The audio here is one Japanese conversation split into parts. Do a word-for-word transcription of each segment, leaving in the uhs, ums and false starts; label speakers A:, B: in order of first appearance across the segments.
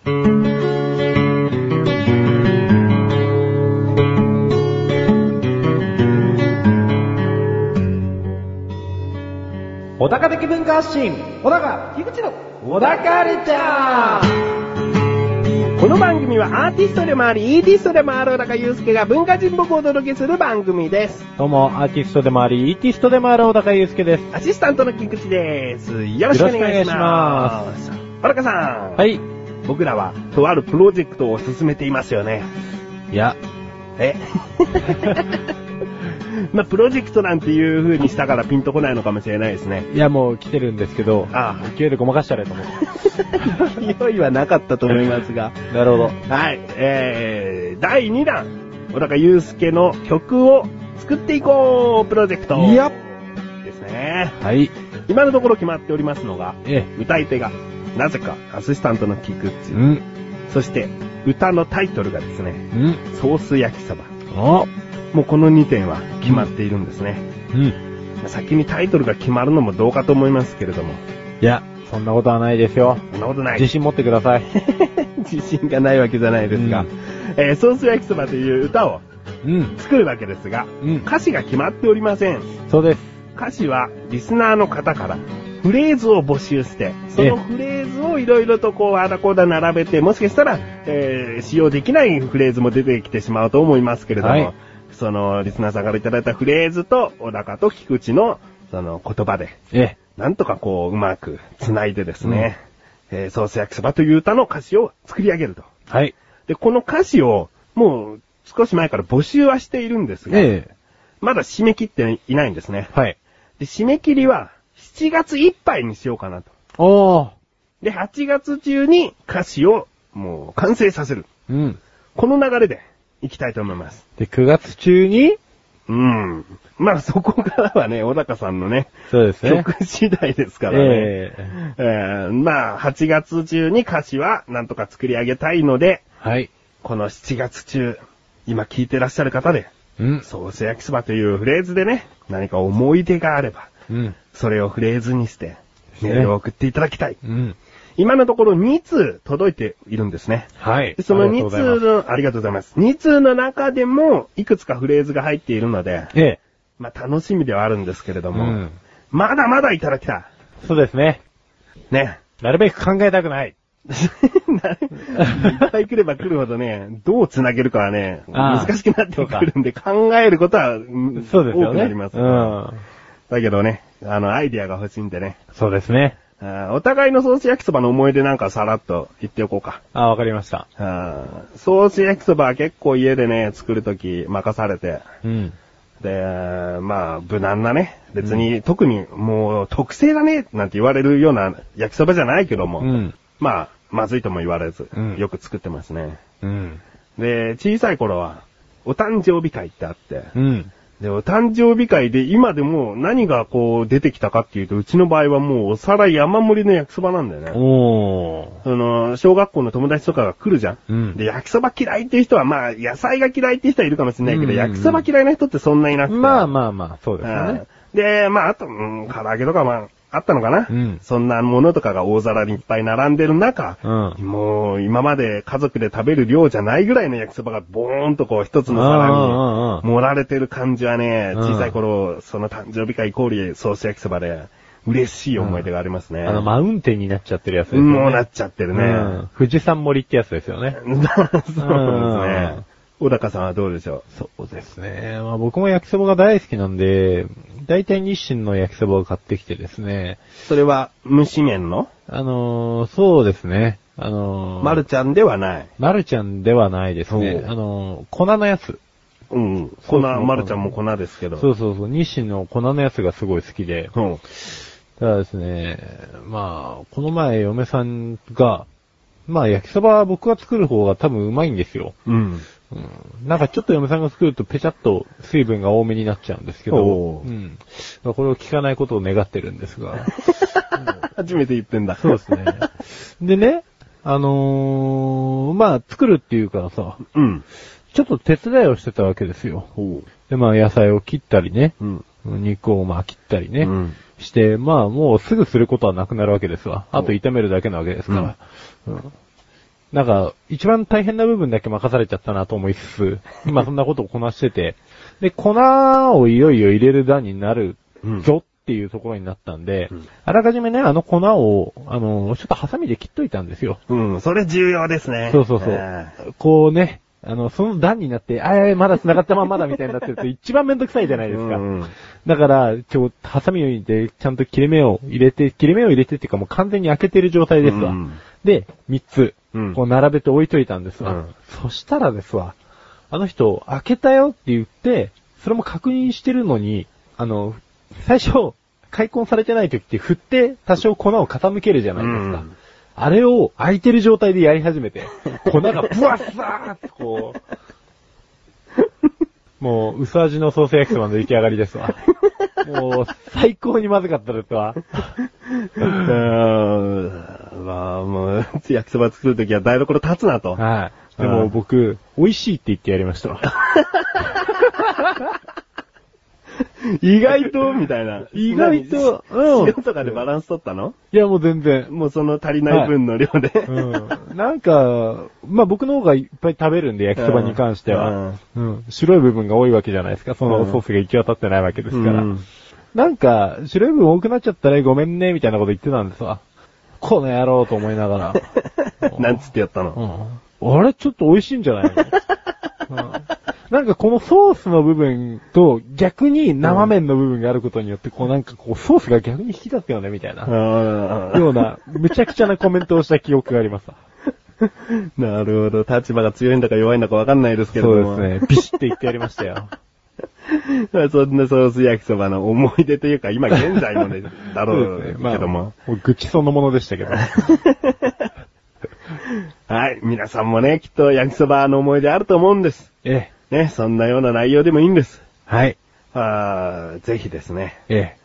A: 小高的文化発信、小高樋口の小高カルチャー。この番組はアーティストでもありイーティストでもある小高祐介が文化人っぽくお届けする番組です。
B: どうもアーティストでもありイーティストでもある小高祐介です。
A: アシスタントの菊池です。よろしくお願いします。小高さん、
B: はい、
A: 僕らはとあるプロジェクトを進めていますよね。
B: いや
A: えまあ、プロジェクトなんていう風にしたからピンとこないのかもしれないですね。
B: いや、もう来てるんですけど、
A: ああ、
B: 勢いでごまかしたらと思って。
A: 勢いはなかったと思いますが。
B: なるほど。
A: はい、えー、だいにだん、小高祐介の曲を作っていこうプロジェクト。
B: いや
A: ですね。
B: はい。
A: 今のところ決まっておりますのが、
B: ええ、
A: 歌い手が、なぜかアシスタントの菊池。
B: うん。
A: そして、歌のタイトルがですね、
B: うん。
A: ソース焼きそば。
B: お
A: もうこのにてんは決まっているんですね。
B: うん。
A: 先にタイトルが決まるのもどうかと思いますけれども。
B: いや、そんなことはないですよ。
A: そんなことない。
B: 自信持ってください。
A: 自信がないわけじゃないですが、うん、えー、ソース焼きそばという歌を作るわけですが、うん、歌詞が決まっておりません。
B: そうです。
A: 歌詞はリスナーの方からフレーズを募集して、そのフレーズをいろいろとこうあだこうだ並べて、もしかしたら、えー、使用できないフレーズも出てきてしまうと思いますけれども、はい、そのリスナーさんからいただいたフレーズと小高と菊池のその言葉で、
B: え
A: なんとかこううまく繋いでですね、うんえー、ソース焼きそばという歌の歌詞を作り上げると。
B: はい。
A: で、この歌詞をもう少し前から募集はしているんですが、
B: ええ、
A: まだ締め切っていないんですね。
B: はい。
A: で、締め切りはしちがついっぱいにしようかなと。
B: おー。
A: で、はちがつ中に歌詞をもう完成させる。
B: うん。
A: この流れでいきたいと思います。
B: で、くがつ中に
A: うん。まあそこからはね、小高さんのね、
B: そうですね。
A: 曲次第ですからね。
B: えー、
A: えー、まあはちがつ中に歌詞はなんとか作り上げたいので、
B: はい。
A: このしちがつ中、今聴いてらっしゃる方で、
B: うん。
A: ソース焼きそばというフレーズでね、何か思い出があれば、
B: うん。
A: それをフレーズにして、メールを送っていただきたい。
B: うん。
A: 今のところにつう届いているんですね。
B: はい。
A: そのにつうの、ありがとうございます。につうの中でも、いくつかフレーズが入っているので、
B: ええ。
A: まあ楽しみではあるんですけれども、
B: うん、
A: まだまだいただきたい。
B: そうですね。
A: ね。
B: なるべく考えたくない。
A: いっぱい来れば来るほどね、どう繋げるかはね、難しくなってくるんで考えることは、
B: そうですよね。
A: 多くなります、
B: うん。
A: だけどね、あの、アイディアが欲しいんでね。
B: そうですね。
A: あお互いのソース焼きそばの思い出なんかさらっと言っておこうか。
B: あ、わかりました。
A: あソース焼きそばは結構家でね、作るとき任されて。
B: うん。
A: で、まあ、無難なね、別に、うん、特にもう特製だね、なんて言われるような焼きそばじゃないけども、
B: うん、
A: まあ、まずいとも言われず、
B: うん、
A: よく作ってますね。
B: うん。
A: で、小さい頃は、お誕生日会ってあって、
B: うん。
A: で、お誕生日会で今でも何がこう出てきたかっていうと、うちの場合はもうお皿山盛りの焼きそばなんだよね。
B: おー。
A: その、小学校の友達とかが来るじゃん。
B: うん。
A: で、焼きそば嫌いっていう人は、まあ、野菜が嫌いっていう人はいるかもしれないけど、うんうんうん、焼きそば嫌いな人ってそんなにいなくて。
B: まあまあまあ、そうですよね。
A: で、まあ、あと、うん、唐揚げとかまあ、あったのかな、うん、そんなものとかが大皿にいっぱい並んでる中、うん、もう今まで家族で食べる量じゃないぐらいの焼きそばがボーンとこう一つの皿に盛られてる感じはね、小さい頃、その誕生日会イコールソース焼きそばで嬉しい思い出がありますね。
B: うん、あの、マウンテンになっちゃってるやつですね。
A: もうなっちゃってるね。うん、
B: 富士山盛りってやつですよね。
A: そうですね。小高さんはどうでしょ
B: う？そうですね。まあ僕も焼きそばが大好きなんで、大体日清の焼きそばを買ってきてですね。
A: それは蒸し麺の？
B: あのー、そうですね。あのー、
A: マルちゃんではない。
B: マルちゃんではないですね。あのー、粉のやつ。
A: うん。粉、マルちゃんも粉ですけど。
B: そうそうそう。日清の粉のやつがすごい好きで。うん。ただですね、まあ、この前嫁さんが、まあ焼きそばは僕が作る方が多分うまいんですよ。うん。うん、なんかちょっと嫁さんが作るとペチャッと水分が多めになっちゃうんですけど、うん、これを聞かないことを願ってるんですが。
A: 初めて言ってんだ。
B: そうですね。でね、あのー、まあ作るっていうからさ、うん、ちょっと手伝いをしてたわけですよ。で、まあ野菜を切ったりね、うん、肉をまあ切ったりね、うん、して、まあもうすぐすることはなくなるわけですわ。あと炒めるだけなわけですから。うんなんか、一番大変な部分だけ任されちゃったなと思いつつ、今そんなことをこなしてて、で、粉をいよいよ入れる段になるぞっていうところになったんで、うん、あらかじめね、あの粉を、あの、ちょっとハサミで切っといたんですよ。
A: うん、それ重要ですね。
B: そうそうそう。こうね、あの、その段になって、あやまだ繋がったまんまだみたいになってると一番めんどくさいじゃないですか。うん、だから、ちょ、ハサミを入れて、ちゃんと切れ目を入れて、切れ目を入れてっていうかもう完全に開けてる状態ですわ。うん、で、三つ、こう並べて置いといたんですわ。うん、そしたらですわ、あの人、開けたよって言って、それも確認してるのに、あの、最初、開墾されてない時って振って多少粉を傾けるじゃないですか。うん、あれを開いてる状態でやり始めて、粉がブワッサーってこう、もう薄味のソース焼きそばの出来上がりですわ。もう最高にまずかったですわ。
A: うーん、まあもう焼きそば作るときは台所立つなと。
B: はい。でも僕、美味しいって言ってやりましたわ。
A: 意外と、みたいな。
B: 意外と、
A: うん。塩とかでバランス取ったの？
B: いや、もう全然。
A: もうその足りない分の量で。はい、
B: うん。なんか、まあ僕の方がいっぱい食べるんで、焼きそばに関しては。うん。うん、白い部分が多いわけじゃないですか。そのソースが行き渡ってないわけですから。うん、なんか、白い部分多くなっちゃったらごめんね、みたいなこと言ってたんですわ。この野郎と思いながら。
A: なんつってやったの？
B: うん。あれちょっと美味しいんじゃないの？うんなんかこのソースの部分と逆に生麺の部分があることによって、こうなんかこうソースが逆に引き立つよねみたいな。ような、むちゃくちゃなコメントをした記憶があります。
A: なるほど。立場が強いんだか弱いんだかわかんないですけども。
B: そうですね。ビシッて言ってやりましたよ。
A: そんなソース焼きそばの思い出というか、今現在のね、だろうけども。まあ、も
B: う愚痴そのものでしたけど。
A: はい。皆さんもね、きっと焼きそばの思い出あると思うんです。
B: ええ。
A: ね、そんなような内容でもいいんです。
B: はい。
A: あぜひですね。
B: ええ。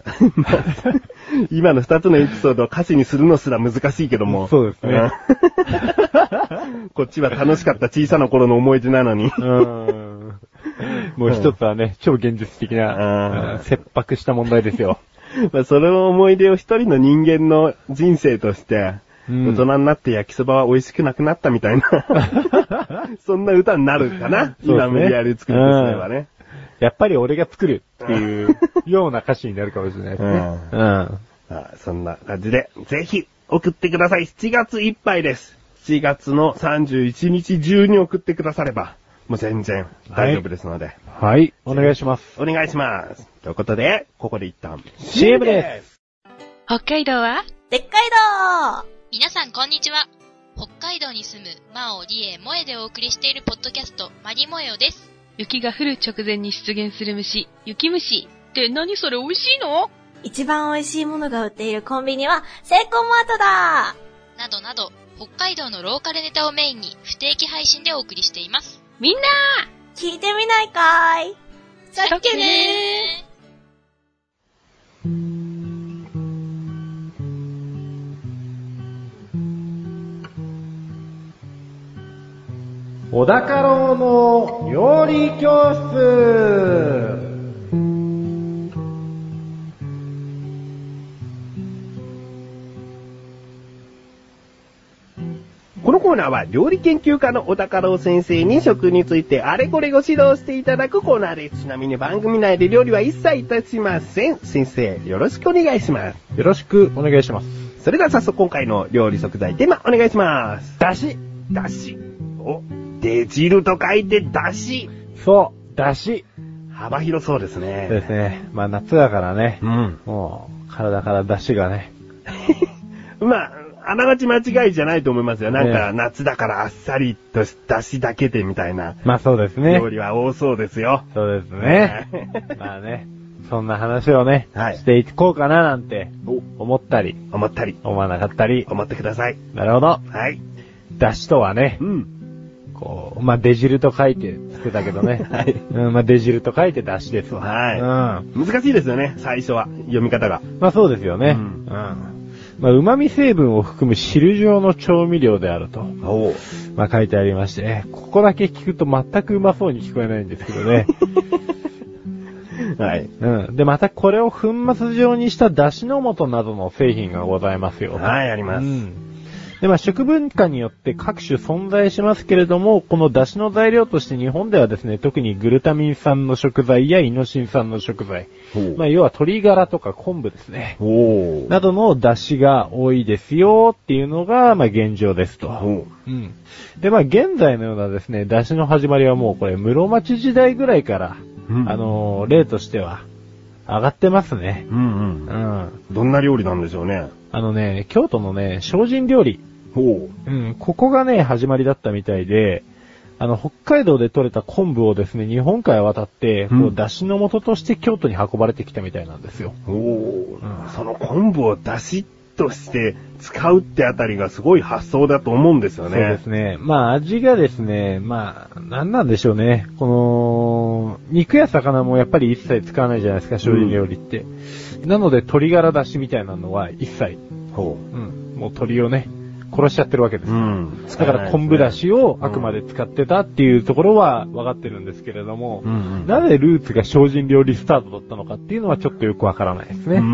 A: 今の二つのエピソードを歌詞にするのすら難しいけども。
B: そうですね。
A: こっちは楽しかった小さな頃の思い出なのに。
B: うんもう一つはね、うん、超現実的な、切迫した問題ですよ。
A: まあ、その思い出を一人の人間の人生として、大人になって焼きそばは美味しくなくなったみたいな。そんな歌になるかな、ね、今無理やり作るとすればね。
B: やっぱり俺が作るっていうような歌詞になるかもしれないですね。うん。うん
A: ああそんな感じで、ぜひ送ってください。しちがついっぱいです。しちがつのさんじゅういちにち中に送ってくだされば、もう全然大丈夫ですので。
B: はい。はい、お願いします。
A: お願いします。ということで、ここで一旦
B: シーエム です。
C: 北海道は
D: でっかい道
C: 皆さんこんにちは。北海道に住むマオリエモエでお送りしているポッドキャストマリモエオです。
E: 雪が降る直前に出現する虫、雪虫って何それ美味しいの？
D: 一番美味しいものが売っているコンビニはセイコーマートだ。
C: などなど北海道のローカルネタをメインに不定期配信でお送りしています。
E: みんな
D: 聞いてみないかい？
C: さっけねー。
B: 小高郎の料理教室。
A: このコーナーは料理研究家の小高郎先生に食についてあれこれご指導していただくコーナーです。ちなみに番組内で料理は一切いたしません。先生、よろしくお願いします。
B: よろしくお願いします。
A: それでは早速今回の料理食材テーマお願いします。
B: だし。
A: だし。お、出汁と書いてだし。
B: そう、だし。
A: 幅広そうですね。
B: ですね。まあ夏だからね。
A: うん。
B: もう、体からだしがね。
A: まあ、あながち間違いじゃないと思いますよ。なんか、夏だからあっさりと出汁だけでみたいな。
B: まあそうですね。
A: 料理は多そうですよ。
B: そうですね。まあね。そんな話をね、はい、していこうかななんて、思ったり。
A: 思ったり。
B: 思わなかったり。
A: 思ってください。
B: なるほど。
A: はい。
B: 出汁とはね。
A: うん。
B: こう、まあ、出汁と書いてつけたけどね。はい。うん、まあ、出汁と書いて出汁ですわ。
A: はい。うん。難しいですよね、最初は。読み方が。
B: まあ、そうですよね。うん。うん。まあ、旨味成分を含む汁状の調味料であると。
A: おう。
B: まあ、書いてありまして、ここだけ聞くと全くうまそうに聞こえないんですけどね。
A: はい。
B: うん。で、またこれを粉末状にした出汁の素などの製品がございますよ。
A: はい、あります。うん。
B: で、まあ食文化によって各種存在しますけれども、この出汁の材料として日本ではですね、特にグルタミン酸の食材やイノシン酸の食材、まあ要は鶏ガラとか昆布ですね、などの出汁が多いですよっていうのが、まあ現状ですと。うん。で、まあ現在のようなですね、出汁の始まりはもうこれ室町時代ぐらいから、うん、あのー、例としては上がってますね。
A: うんうん。うん。どんな料理なんでしょうね。
B: あのね、京都のね、精進料理。
A: ほ
B: う。うん、ここがね、始まりだったみたいで、あの、北海道で採れた昆布をですね、日本海渡って、こう、出汁の素として京都に運ばれてきたみたいなんですよ。
A: おお、うん。その昆布を出汁として使うってあたりがすごい発想だと思うんですよね。
B: そうですね。まあ味がですね、まあ、なんなんでしょうね。この、肉や魚もやっぱり一切使わないじゃないですか、精進料理って。うん、なので鶏ガラ出汁みたいなのは一切。ほう。うん。もう鶏をね、殺しちゃってるわけです。うん。だから昆布出汁をあくまで使ってたっていうところは分かってるんですけれども、うんうん、なぜルーツが精進料理スタートだったのかっていうのはちょっとよくわからないですね。うん。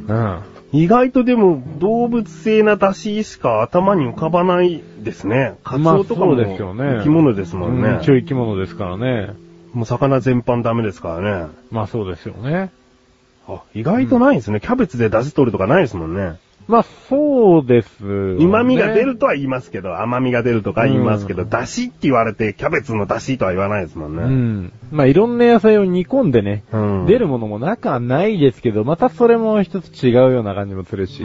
A: うん。意外とでも動物性な出汁しか頭に浮かばないですね。カツオとかも生き物ですもんね。
B: まあ、一応生き物ですからね。
A: もう魚全般ダメですからね。
B: まあそうですよね。
A: あ、意外とないんですね。うん、キャベツで出汁取るとかないですもんね。
B: まあそうです、ね。
A: 旨味が出るとは言いますけど、甘みが出るとか言いますけど、うん、出汁って言われてキャベツの出汁とは言わないですもんね。
B: うん。まあいろんな野菜を煮込んでね、うん、出るものもなくはないですけど、またそれも一つ違うような感じもするし。
A: うん。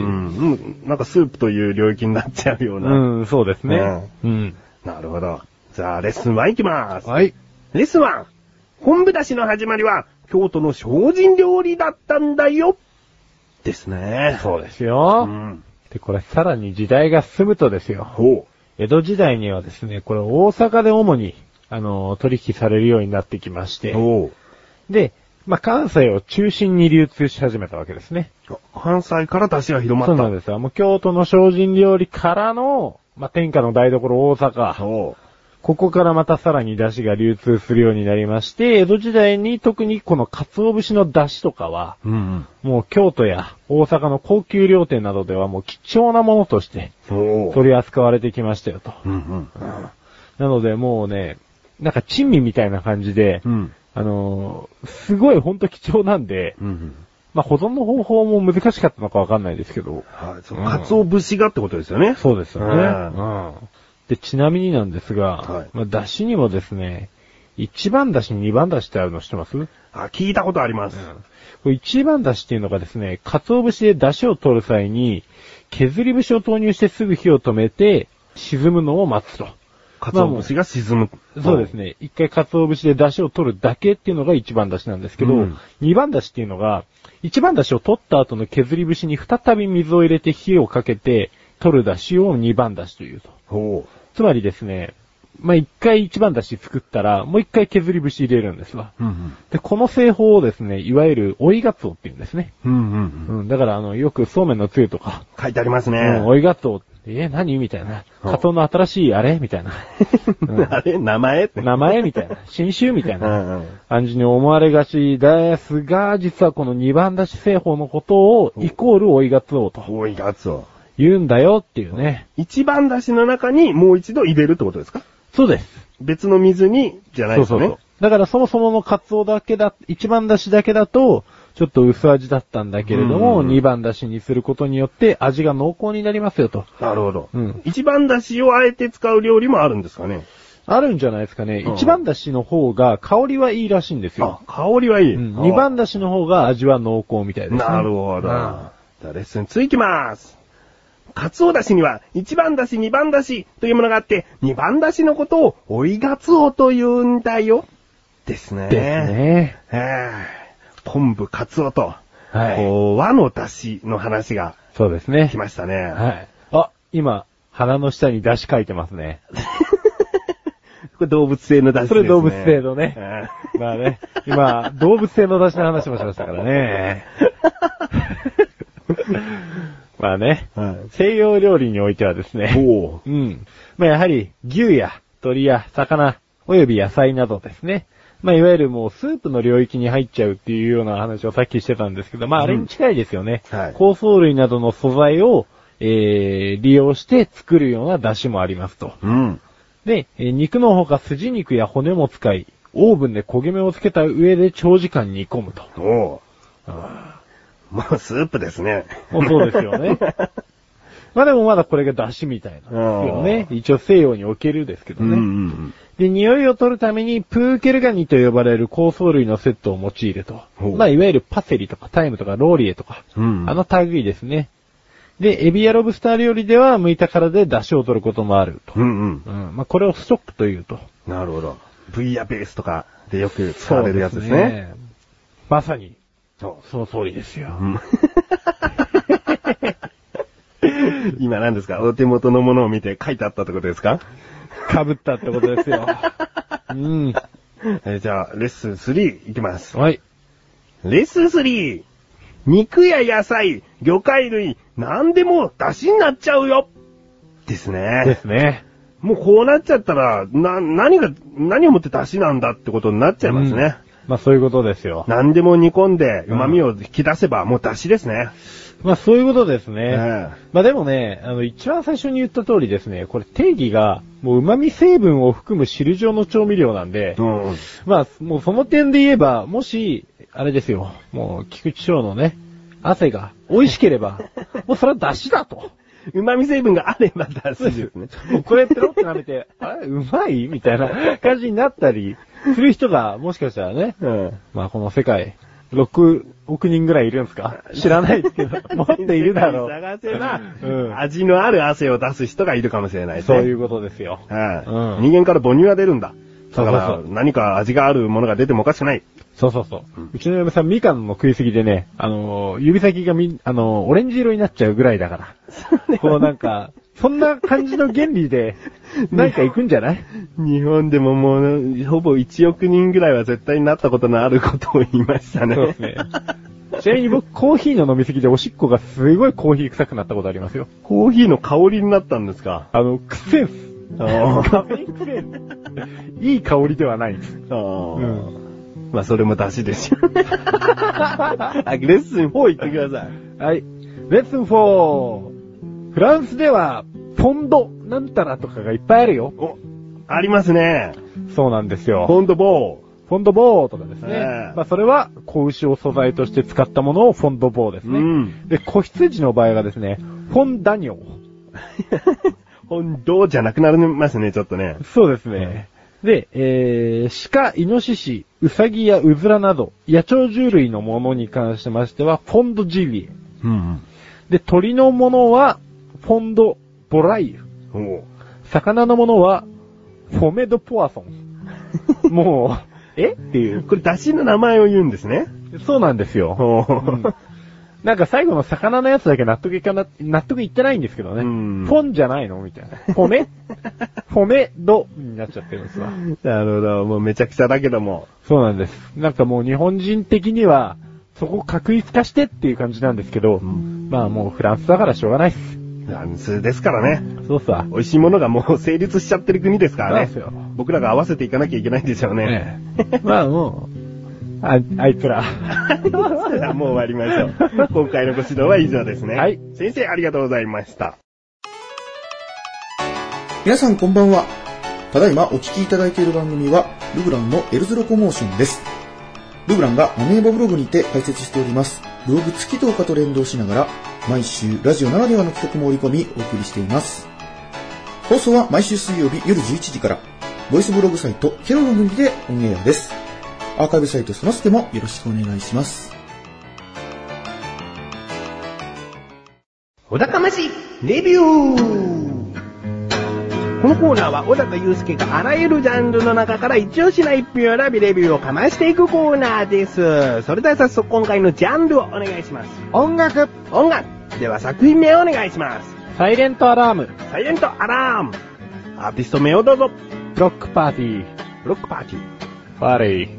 A: なんかスープという領域になっちゃうような。
B: うん、そうですね。
A: うん。うん、なるほど。じゃあレッスンワンいきます。
B: はい。
A: レッスンワン。昆布出汁の始まりは京都の精進料理だったんだよ。ですね。
B: そうですよ。うん。で、これさらに時代が進むとですよ。
A: ほう。
B: 江戸時代にはですね、これ大阪で主に、あの、取引されるようになってきまして。
A: ほ
B: う。で、まあ、関西を中心に流通し始めたわけですね。
A: 関西から出汁が広まった。
B: そうなんですよ。もう京都の精進料理からの、まあ、天下の台所大阪。
A: ほう。
B: ここからまたさらに出汁が流通するようになりまして、江戸時代に特にこの鰹節の出汁とかは、うんうん、もう京都や大阪の高級料亭などではもう貴重なものとして取り扱われてきましたよと。うんうんうん、なのでもうね、なんか珍味みたいな感じで、うん、あのー、すごいほんと貴重なんで、うんうん、まあ保存の方法も難しかったのかわかんないですけど。
A: はい、その鰹節がってことですよね。
B: そうですよね。うんで、ちなみになんですが、はい、まあ、出汁にもですね、一番出汁、二番出汁ってあるの知ってます？
A: あ、聞いたことあります。うん、
B: これ一番出汁っていうのがですね、鰹節で出汁を取る際に、削り節を投入してすぐ火を止めて、沈むのを待つと。
A: 鰹節が沈む、
B: まあ。そうですね。一回鰹節で出汁を取るだけっていうのが一番出汁なんですけど、うん、二番出汁っていうのが、一番出汁を取った後の削り節に再び水を入れて火をかけて、取る出汁を二番出汁というと。
A: ほう
B: つまりですね、まあ、一回一番出汁作ったら、もう一回削り節入れるんですわ。うんうん、で、この製法をですね、いわゆる追いガツオって言うんですね。うんうんうんうん、だから、あの、よくそうめんのつゆとか。
A: 書いてありますね。
B: うん、追いガツオ。えー、何みたいな。カツオの新しいあれみたいな。
A: うん、あれ名前って。
B: 名前みたいな。新種みたいな感じに思われがちですが、実はこの二番出汁製法のことを、イコール追いガツオと。
A: 追いガツオ。
B: 言うんだよっていうね。
A: 一番出汁の中にもう一度入れるってことですか？
B: そうです。
A: 別の水に、じゃないですよね。そうそうそう。
B: だからそもそものカツオだけだ、一番出汁だけだと、ちょっと薄味だったんだけれども、二番出汁にすることによって味が濃厚になりますよと。
A: なるほど。うん。一番出汁をあえて使う料理もあるんですかね？
B: あるんじゃないですかね。一番出汁の方が香りはいいらしいんですよ。
A: あ、香りはいい。
B: うん。二番出汁の方が味は濃厚みたいですね。
A: なるほど。じゃあレッスンに行きます。カツオだしには一番だし、二番だしというものがあって、二番だしのことを追いガツオと言うんだよ。ですね。
B: ですね。
A: えー、昆布、カツオと、はい、こう和のだしの話が、
B: そうですね。
A: 来ましたね。
B: はい。あ、今、鼻の下にだし書いてますね。
A: これ動物性のだしですね。
B: それ動物性のね。まあね、今、動物性のだしの話もしましたからね。まあね、はい、西洋料理においてはですね、おうん。まあやはり牛や鶏や魚、および野菜などですね。まあいわゆるもうスープの領域に入っちゃうっていうような話をさっきしてたんですけど、まああれに近いですよね。うんはい、香草類などの素材をえー、利用して作るような出汁もありますと。
A: うん。
B: で、えー、肉のほか筋肉や骨も使い、オーブンで焦げ目をつけた上で長時間煮込むと。
A: おう。もうスープですね。
B: もうそうですよね。まあでもまだこれが出汁みたいなんですよね。一応西洋におけるですけどね。うんうんうん、で、匂いを取るためにプーケルガニと呼ばれる香草類のセットを用いると。まあいわゆるパセリとかタイムとかローリエとか、うんうん、あの類ですね。で、エビやロブスター料理では剥いた殻で出汁を取ることもあると。うんうんうん、まあこれをストックというと。
A: なるほど。ブイヤベースとかでよく使われるやつですね。そうですね。
B: まさに。そう、その通りですよ。うん
A: 今何ですか？お手元のものを見て書いてあったってことですか？
B: 被ったってことですよ。うん。
A: えじゃあ、レッスンスリーいきます。
B: はい。
A: レッスンスリー。肉や野菜、魚介類、何でも出汁になっちゃうよ。ですね。
B: ですね。
A: もうこうなっちゃったら、な、何が、何をもって出汁なんだってことになっちゃいますね。うん、
B: まあそういうことですよ。
A: 何でも煮込んで旨味を引き出せばもう出汁ですね。
B: まあそういうことですね。えー、まあでもね、あの一番最初に言った通りですね、これ定義がもう旨味成分を含む汁状の調味料なんで、うん、まあもうその点で言えば、もし、あれですよ、もう菊池翔のね、汗が美味しければ、もうそれは出汁だと。
A: 旨味成分があれば出汁ですね。
B: もうこれペロって舐めて、あれうまいみたいな感じになったりする人がもしかしたらね、うん、まあこの世界、ろくおくにんぐらいいるんですか？知らないですけど、もっといるだろう。
A: 探せば、うん、味のある汗を出す人がいるかもしれないですね。
B: そういうことですよ。
A: うんうん、人間から母乳が出るんだ。だから、何か味があるものが出てもおかしくない。
B: そうそうそう。うん、うちの嫁さん、みかんの食いすぎでね、あのー、指先がみ、あのー、オレンジ色になっちゃうぐらいだから。こうなんか、そんな感じの原理で、なんか行くんじゃない
A: 日本でももう、ほぼいちおくにんぐらいは絶対になったことのあることを言いましたね。
B: そうですね。ちなみに僕、コーヒーの飲みすぎでおしっこがすごいコーヒー臭くなったことありますよ。
A: コーヒーの香りになったんですか？
B: あの、くせんす。ああ。いい香りではないんです。ああ。
A: うん。まあ、それも出汁ですよ。レッスンフォー言ってください。
B: はい。レッスンフォー。フランスでは、フォンド、なんたらとかがいっぱいあるよ。
A: お、ありますね。
B: そうなんですよ。
A: フォンドボー。
B: フォンドボーとかですね。えー、まあ、それは、子牛を素材として使ったものをフォンドボーですね。うん、で、子羊の場合はですね、フォンダニョ。
A: フォンドじゃなくなりますね、ちょっとね。
B: そうですね。で、えー、鹿、イノシシ、ウサギやウズラなど、野鳥獣類のものに関しましては、フォンドジビエ。うんうん、で、鳥のものは、フォンドボライユ。魚のものは、フォメドポアソン。もう、えっていう。
A: これ、出汁の名前を言うんですね。
B: そうなんですよ。うん、なんか最後の魚のやつだけ納得いかな、納得いってないんですけどね。うん、フォンじゃないのみたいな。フォメフォメドになっちゃってるんですわ。
A: なるほど。もうめちゃくちゃだけども。
B: そうなんです。なんかもう日本人的には、そこを確立化してっていう感じなんですけど、うん、まあもうフランスだからしょうがないっす。
A: フランスですからね。
B: そうさ。
A: 美味しいものがもう成立しちゃってる国ですからね。そうですよ。僕らが合わせていかなきゃいけないんでしょうね。
B: ねまあもう、あ、あいつら。
A: もう終わりましょう。今回のご指導は以上ですね。はい。先生ありがとうございました。
F: 皆さんこんばんは。ただいまお聞きいただいている番組は、ルブランのエルズロコモーションです。ルブランがアメーバブログにて解説しております。ブログ月とかと連動しながら、毎週ラジオならではの企画も織り込みお送りしています。放送は毎週水曜日夜じゅういちじから、ボイスブログサイトケロログにてオンエアです。アーカイブサイトそのすけもよろしくお願いします。
A: 小高ましレビュー。このコーナーは小高祐介があらゆるジャンルの中から一押しな一品を選びレビューをかましていくコーナーです。それでは早速今回のジャンルをお願いします。
B: 音楽。
A: 音楽。では作品名をお願いします。
B: サイレントアラーム。
A: サイレントアラーム。アーティスト名をどうぞ。
B: ブロックパーティー。
A: ブロックパーティー。
B: パーティー。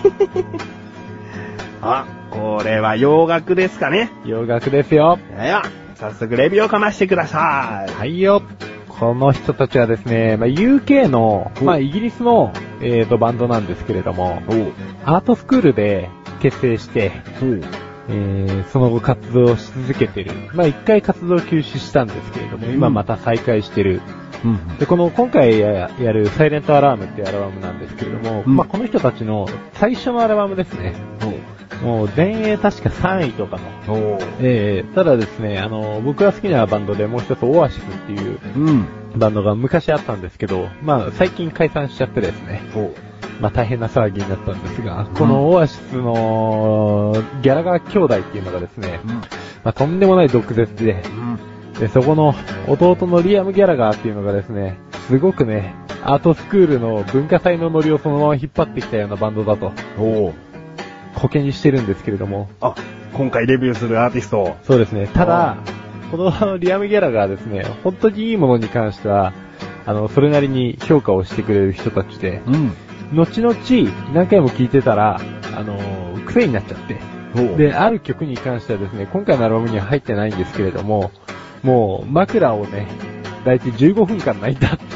A: あ、これは洋楽ですかね。
B: 洋楽ですよ。
A: いや、早速レビューをかましてください。
B: はいよ。この人たちはですね、まあ、ユーケー の、まあ、イギリスの、えーと、バンドなんですけれども、アートスクールで結成して、 えー、その後活動し続けてる。まあ一回活動休止したんですけれども、今また再開してる。うん、で、この今回やるサイレントアラームっていうアルバムなんですけれども、うん、まあこの人たちの最初のアルバムですね。もう全英確かさんいとかの。えー、ただですね、あの、僕が好きなバンドでもう一つオアシスっていう、うん、バンドが昔あったんですけど、まあ最近解散しちゃってですね。まあ大変な騒ぎになったんですが、うん、このオアシスのギャラガー兄弟っていうのがですね、うん、まあとんでもない毒舌で、うん、で、そこの弟のリアム・ギャラガーっていうのがですね、すごくね、アートスクールの文化祭のノリをそのまま引っ張ってきたようなバンドだと、おコケにしてるんですけれども。
A: あ、今回デビューするアーティスト。
B: そうですね。ただ、このリアム・ギャラガーですね、本当にいいものに関しては、あの、それなりに評価をしてくれる人たちで、うん、後々何回も聴いてたら、あのー、癖になっちゃって。で、ある曲に関してはですね、今回のアルバムには入ってないんですけれども、もう枕をね、だいたいじゅうごふんかん泣いたって。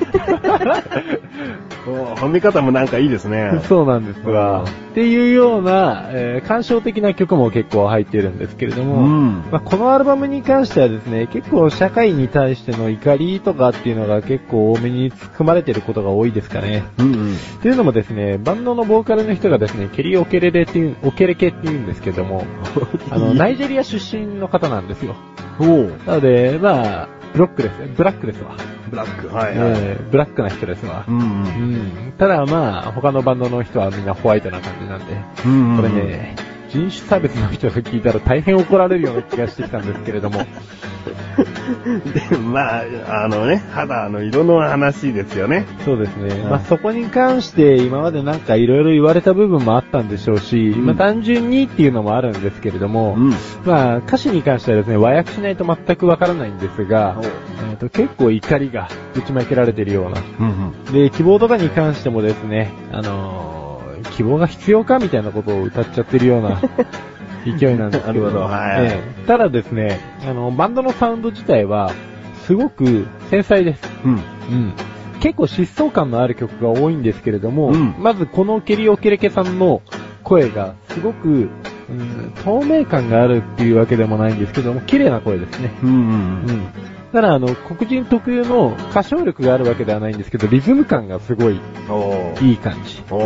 A: 褒め方もなんかいいですね。
B: そうなんですが、っていうような、えー、感傷的な曲も結構入っているんですけれども、うん、まあ、このアルバムに関してはですね、結構社会に対しての怒りとかっていうのが結構多めに含まれていることが多いですかね。うんうん、っていうのもですね、バンドのボーカルの人がですね、ケリー・オケレレっていう、オケレケっていうんですけども、あの、ナイジェリア出身の方なんですよ。なので、まあ、ブロックですね。ブラックですわ。
A: ブラック。はい、はい、
B: えー。ブラックな人ですわ。うん、うんうん。ただまあ、他のバンドの人はみんなホワイトな感じなんで。うんうんうん、これね、人種差別の人が聞いたら大変怒られるような気がしてきたんですけれども。
A: で、まあ、あのね、肌の色の話ですよね。
B: そうですね。うん、まあそこに関して今までなんかいろいろ言われた部分もあったんでしょうし、うん、まあ単純にっていうのもあるんですけれども、うん、まあ歌詞に関してはですね、和訳しないと全くわからないんですが、えー、と結構怒りが打ちまけられているような、うんうん。で、希望とかに関してもですね、あのー、希望が必要かみたいなことを歌っちゃってるような勢いなんですけど、はいえー、ただですね、あの、バンドのサウンド自体は、すごく繊細です。うん。うん。結構疾走感のある曲が多いんですけれども、うん、まずこのケリオケレケさんの声が、すごく、うん、透明感があるっていうわけでもないんですけども、綺麗な声ですね。うんうんうん。うんただあの、黒人特有の歌唱力があるわけではないんですけど、リズム感がすごいいい感じ。うん、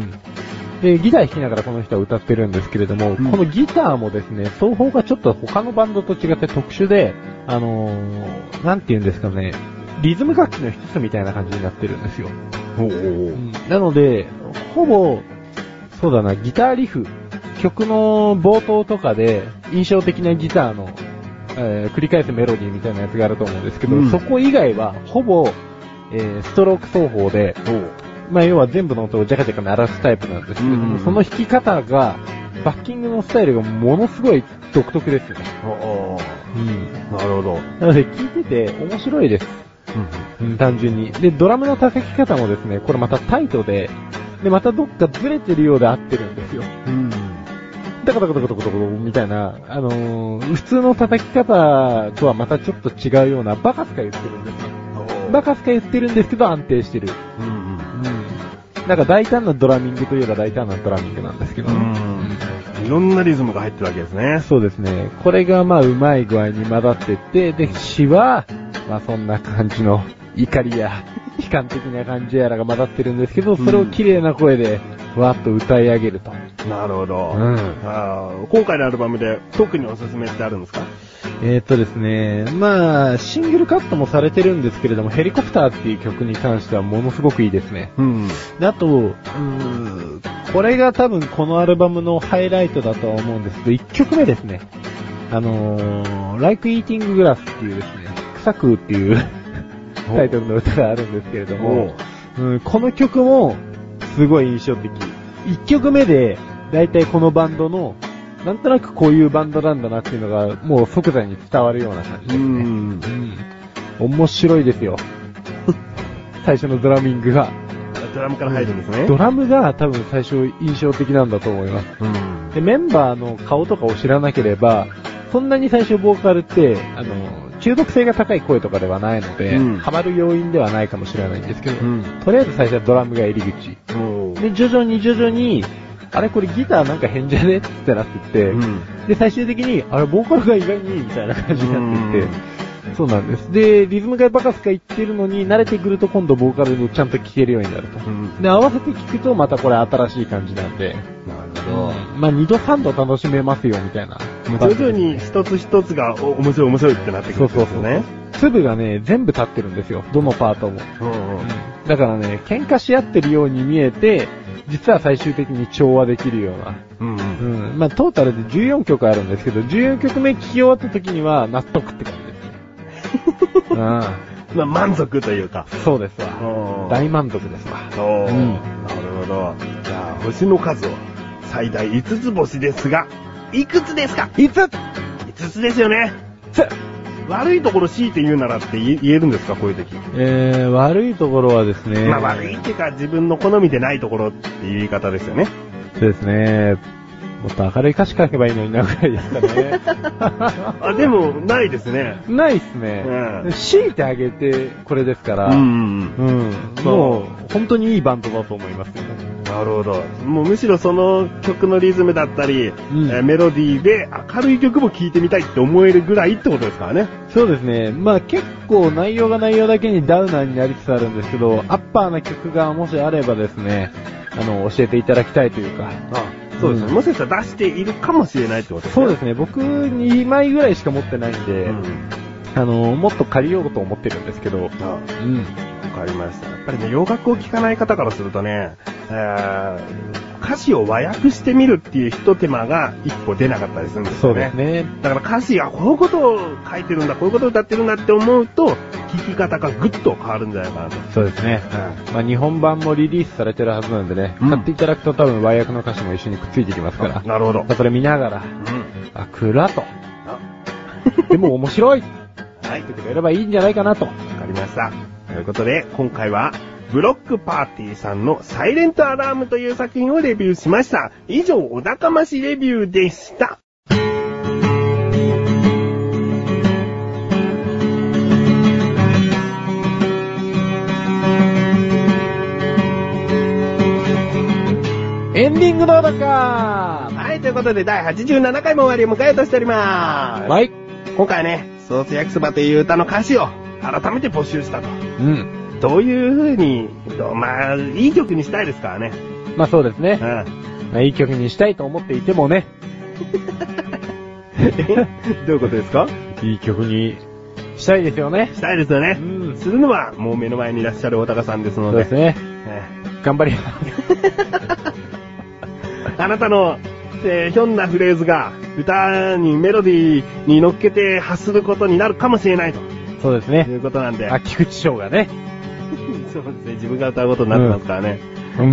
B: で、ギター弾きながらこの人は歌ってるんですけれども、うん、このギターもですね、奏法がちょっと他のバンドと違って特殊で、あのー、なんて言うんですかね、リズム楽器の一つみたいな感じになってるんですよ。おうおううん、なので、ほぼ、そうだな、ギターリフ、曲の冒頭とかで印象的なギターのえー、繰り返すメロディーみたいなやつがあると思うんですけど、うん、そこ以外はほぼ、えー、ストローク奏法で、まあ要は全部の音をジャカジャカ鳴らすタイプなんですけども、うん、その弾き方が、バッキングのスタイルがものすごい独特ですよね。
A: うん、なるほど。
B: なので聴いてて面白いです。うんうん、単純に。で、ドラムの叩き方もですね、これまたタイトで、で、またどっかずれてるようで合ってるんですよ。うんダカダカダカダカダカみたいな、あのー、普通の叩き方とはまたちょっと違うようなバカスカ言ってるんですよ。バカスカ言ってるんですけど安定してる。うんうん。うん。なんか大胆なドラミングといえば大胆なドラミングなんですけど、ね、
A: うん。いろんなリズムが入ってるわけですね。
B: そうですね。これがまあうまい具合に混ざってって、で、詩は、まあそんな感じの怒りや悲観的な感じやらが混ざってるんですけど、それを綺麗な声でわーっと歌い上げると。
A: なるほど、うん、あ。今回のアルバムで特におすすめってあるんですか？
B: えーっとですね、まあ、シングルカットもされてるんですけれども、ヘリコプターっていう曲に関してはものすごくいいですね。うん。であと、うーこれが多分このアルバムのハイライトだとは思うんですけど、いっきょくめですね。あのー、Like Eating Grass っていうですね、草食うっていうタイトルの歌があるんですけれども、うん、この曲もすごい印象的。いっきょくめで、だいたいこのバンドの、なんとなくこういうバンドなんだなっていうのが、もう即座に伝わるような感じですね。うん。うん、面白いですよ。最初のドラミングが。
A: ドラムから入るんですね。
B: ドラムが多分最初印象的なんだと思います。うん、で、メンバーの顔とかを知らなければ、そんなに最初ボーカルって、あの、中毒性が高い声とかではないので、うん、ハマる要因ではないかもしれないんですけど、うん、とりあえず最初はドラムが入り口。で、徐々に徐々に、 あれこれギターなんか変じゃねってなってって、うん、で、最終的に、あれ、ボーカルが意外にいいみたいな感じになってって、そうなんです。で、リズムがバカスカ言ってるのに、慣れてくると今度ボーカルをちゃんと聴けるようになると。うん、で、合わせて聴くとまたこれ新しい感じなんで。なるほど。まあ、二度三度楽しめますよ、みたいな。
A: 徐々に一つ一つがお面白い面白いってなってくるんですよね。そうそうそう。
B: 粒がね、全部立ってるんですよ。どのパートも。うんうん、だからね、喧嘩し合ってるように見えて、実は最終的に調和できるような。うんうんうん、まあ、トータルでじゅうよんきょくあるんですけど、じゅうよんきょくめ聴き終わった時には納得って感じですね。
A: うん、まあ、満足というか。
B: そうですわ。大満足ですわ。
A: おー、うん、なるほど。じゃあ、星の数は最大いつつ星ですが、いくつですか？
B: いつつ ?い
A: つつですよね。つ悪いところ強いて言うならって言えるんですか、こういう時。
B: えー、悪いところはですね。
A: まあ悪いっていうか自分の好みでないところっていう言い方ですよね。
B: そうですね。もっと明るい歌詞書けばいいのになぐらいですかね。
A: あ、でも、ないですね。
B: ないっすね。うん、強いてあげて、これですから。うん。うん。もう、本当にいいバンドだと思いますよね。
A: なるほど。もうむしろその曲のリズムだったり、うんえー、メロディーで明るい曲も聴いてみたいって思えるぐらいってことですからね。
B: そうですね。まあ結構内容が内容だけにダウナーになりつつあるんですけど、アッパーな曲がもしあればですね、あの、教えていただきたいというか。あ
A: そうですね、うん。もしかしたら出しているかもしれないってことですね。
B: そうですね。僕にまいぐらいしか持ってないんで、うん、あの、もっと借りようと思ってるんですけど。あ
A: うん。わかりました。やっぱりね、洋楽を聴かない方からするとね、えー、歌詞を和訳してみるっていう一手間が一歩出なかったりするんですよね。そうですね。だから歌詞がこういうことを書いてるんだ、こういうことを歌ってるんだって思うと、聴き方がぐっと変わるんじゃないかなと。
B: そうですね。うん、まあ日本版もリリースされてるはずなんでね、うん、買っていただくと多分和訳の歌詞も一緒にくっついてきますから。
A: なるほど。
B: それ見ながら、うん、あ、暗と。でも面白い。はい。ってくれればいいんじゃないかなと。
A: わかりました。ということで、今回は、ブロックパーティーさんのサイレントアラームという作品をレビューしました。以上、お高ましレビューでした。
B: エンディングのだか
A: はい、ということでだいはちじゅうななかいも終わりを迎えようとしております。
B: はい。
A: 今回はね、ソース焼きそばという歌の歌詞を改めて募集したと。うん。どういう風に、まあ、いい曲にしたいですからね。
B: まあそうですね。うん。まあ、いい曲にしたいと思っていてもね。
A: どういうことですか？
B: いい曲にしたいですよね。
A: したいですよね。うん。するのは、もう目の前にいらっしゃるおたかさんですので。
B: そうですね。えー、頑張ります。
A: あなたの、えー、ひょんなフレーズが、歌にメロディーに乗っけて発することになるかもしれないと。
B: そうですね。
A: いうことなんで。
B: あ、菊池翔がね。
A: そうですね。自分が歌うことになってますからね。うん。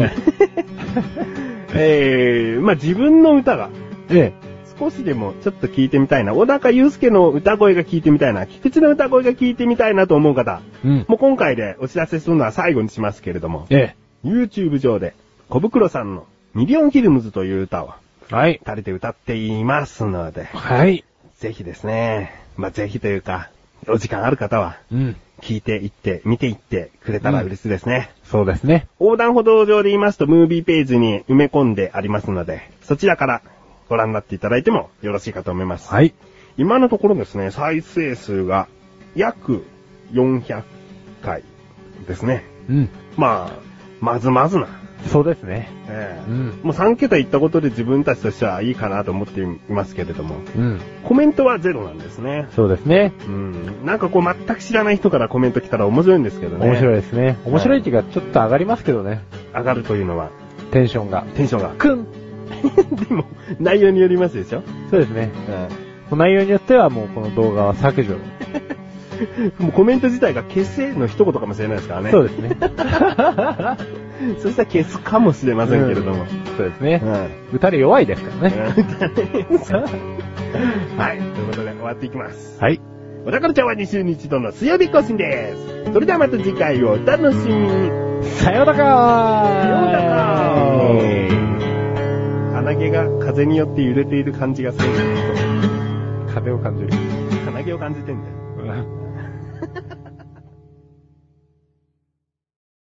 A: えー、まあ、自分の歌が、ええ、少しでもちょっと聞いてみたいな。小高祐介の歌声が聞いてみたいな。菊池の歌声が聞いてみたいなと思う方。うん。もう今回でお知らせするのは最後にしますけれども。ええ。YouTube 上で、小袋さんのミリオンヒルムズという歌を、はい。垂れて歌っていますので。はい。ぜひですね。まあ、ぜひというか、お時間ある方は、うん。聞いていって、見ていってくれたら嬉しいですね。
B: うん、そうですね。
A: 横断歩道上で言いますと、ムービーページに埋め込んでありますので、そちらからご覧になっていただいてもよろしいかと思います。はい。今のところですね、再生数が約よんひゃっかいですね。うん。まあ、まずまずな。
B: そうですね。
A: ええーうん、もうさんけたいったことで自分たちとしてはいいかなと思っていますけれども、うん、コメントはゼロなんですね。
B: そうですね。
A: うん。なんかこう全く知らない人からコメント来たら面白いんですけどね。
B: 面白いですね。面白いっていうかちょっと上がりますけどね。
A: 上がるというのは
B: テンションが。
A: テンションが。
B: くん
A: でも、内容によりますでしょ？
B: そうですね。うん、内容によってはもうこの動画は削除。
A: もうコメント自体が消せの一言かもしれないですからね。
B: そうですね。
A: そしたら消すかもしれませんけれども。うん、
B: そうですね。うん、歌で弱いですからね。はい。と
A: いうことで終わっていきます。はい。小田カルチャーはに週にいちどの水曜日更新です。それではまた次回をお楽しみに。
B: さようなら。さようなら。
A: 鼻毛が風によって揺れている感じがするんだけど。
B: 風を感じる。
A: 鼻毛を感じてんだよ。